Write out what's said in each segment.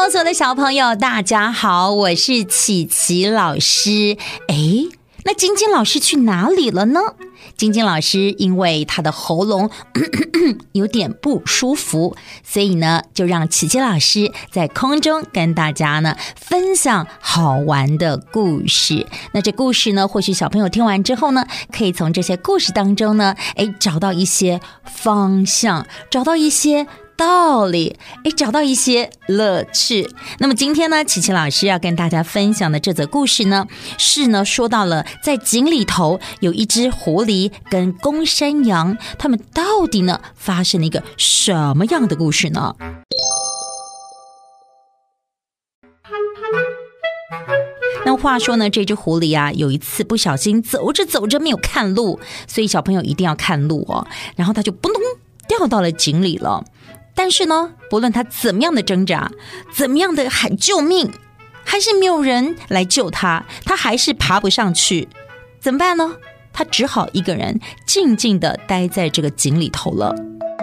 Hello， 所有的小朋友，大家好，我是琪琪老师。那晶晶老师去哪里了呢？晶晶老师因为她的喉咙有点不舒服，所以呢，就让琪琪老师在空中跟大家呢分享好玩的故事。那这故事呢，或许小朋友听完之后呢，可以从这些故事当中呢，找到一些方向，找到一些道理，找到一些乐趣。那么今天呢，琪琪老师要跟大家分享的这则故事呢，是呢说到了在井里头有一只狐狸跟公山羊，他们到底呢发生了一个什么样的故事呢？那话说呢，这只狐狸啊，有一次不小心走着走着没有看路，所以小朋友一定要看路哦。然后他就扑通掉到了井里了。但是呢，不论他怎么样的挣扎，怎么样的喊救命，还是没有人来救他，他还是爬不上去。怎么办呢？他只好一个人静静地待在这个井里头了。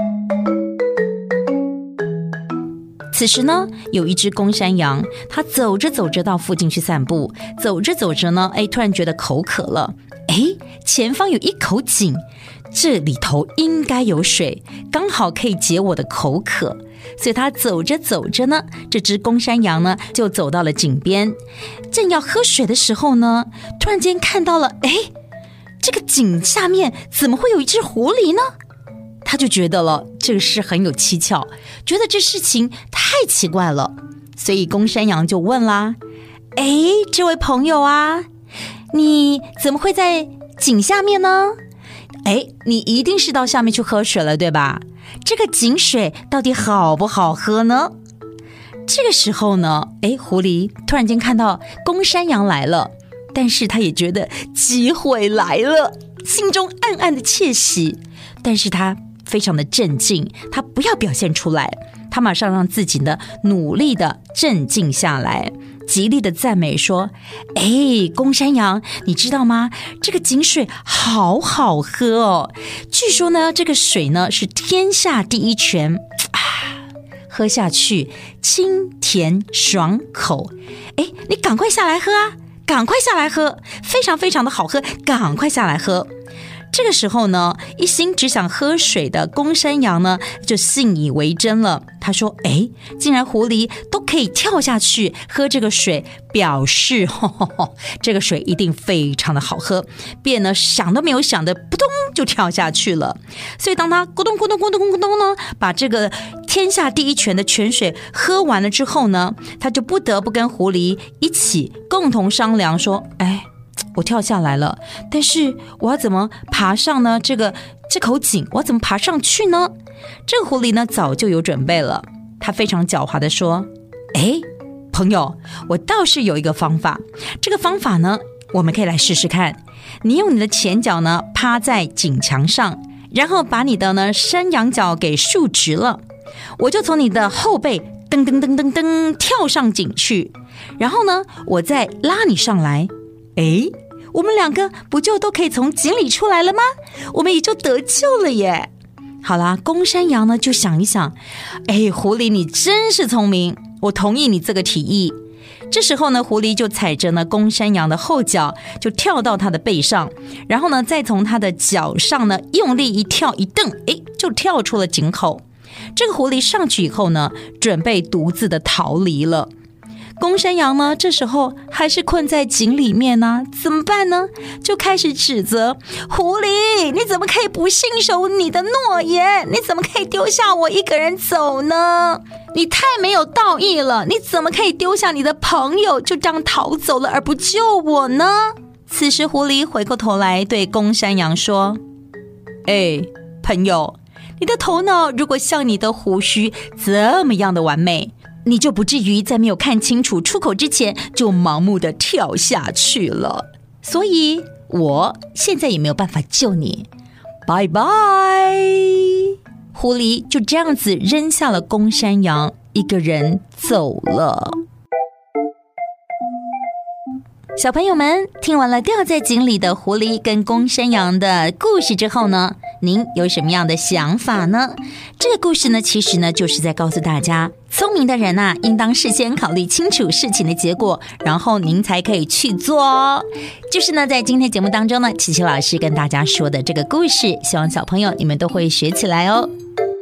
此时呢，有一只公山羊，它走着走着到附近去散步，走着走着呢，突然觉得口渴了。前方有一口井，这里头应该有水，刚好可以解我的口渴。所以他走着走着呢，这只公山羊呢就走到了井边，正要喝水的时候呢，突然间看到了，这个井下面怎么会有一只狐狸呢？他就觉得了这个事很有蹊跷，觉得这事情太奇怪了，所以公山羊就问啦，这位朋友啊，你怎么会在井下面呢？你一定是到下面去喝水了，对吧？这个井水到底好不好喝呢？这个时候呢，狐狸突然间看到公山羊来了，但是他也觉得机会来了，心中暗暗的窃喜，但是他非常的镇静，他不要表现出来，他马上让自己呢努力的镇静下来，极力的赞美说，公山羊，你知道吗？这个井水好好喝哦，据说呢这个水呢是天下第一泉喝下去清甜爽口。你赶快下来喝啊，赶快下来喝，非常非常的好喝，赶快下来喝。这个时候呢，一心只想喝水的公山羊呢，就信以为真了。他说，竟然狐狸都可以跳下去喝这个水，表示这个水一定非常的好喝，便呢想都没有想的，扑通就跳下去了。所以当他咕咚咕咚咕咚咕咚呢，把这个天下第一泉的泉水喝完了之后呢，他就不得不跟狐狸一起共同商量说，我跳下来了，但是我要怎么爬上呢？这口井我要怎么爬上去呢？这个狐狸呢早就有准备了，他非常狡猾的说，朋友，我倒是有一个方法，这个方法呢我们可以来试试看。你用你的前脚呢趴在井墙上，然后把你的呢山羊角给竖直了，我就从你的后背噔噔噔噔噔跳上井去，然后呢我再拉你上来，我们两个不就都可以从井里出来了吗？我们也就得救了耶。好啦，公山羊呢就想一想，狐狸你真是聪明，我同意你这个提议。这时候呢，狐狸就踩着呢公山羊的后脚，就跳到他的背上，然后呢再从他的脚上呢用力一跳一蹬，就跳出了井口。这个狐狸上去以后呢，准备独自的逃离了。公山羊呢这时候还是困在井里面呢，怎么办呢？就开始指责狐狸，你怎么可以不信守你的诺言？你怎么可以丢下我一个人走呢？你太没有道义了，你怎么可以丢下你的朋友就这样逃走了而不救我呢？此时狐狸回过头来对公山羊说，朋友，你的头脑如果像你的胡须这么样的完美，你就不至于在没有看清楚出口之前就盲目的跳下去了。所以我现在也没有办法救你，拜拜。狐狸就这样子扔下了公山羊，一个人走了。 小朋友们听完了掉在井里的狐狸跟公山羊的故事之后呢，您有什么样的想法呢？这个故事呢，其实呢就是在告诉大家，聪明的人啊，应当事先考虑清楚事情的结果，然后您才可以去做哦。就是呢，在今天节目当中呢，琪琪老师跟大家说的这个故事，希望小朋友你们都会学起来哦。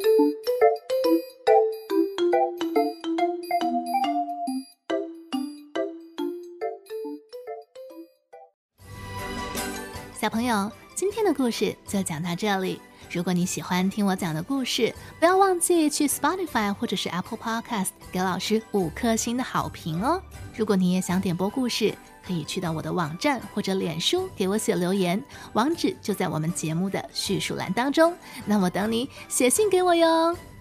小朋友，今天的故事就讲到这里。如果你喜欢听我讲的故事，不要忘记去 Spotify 或者是 Apple Podcast 给老师5颗星的好评哦。如果你也想点播故事，可以去到我的网站或者脸书给我写留言，网址就在我们节目的叙述栏当中。那我等你写信给我哟。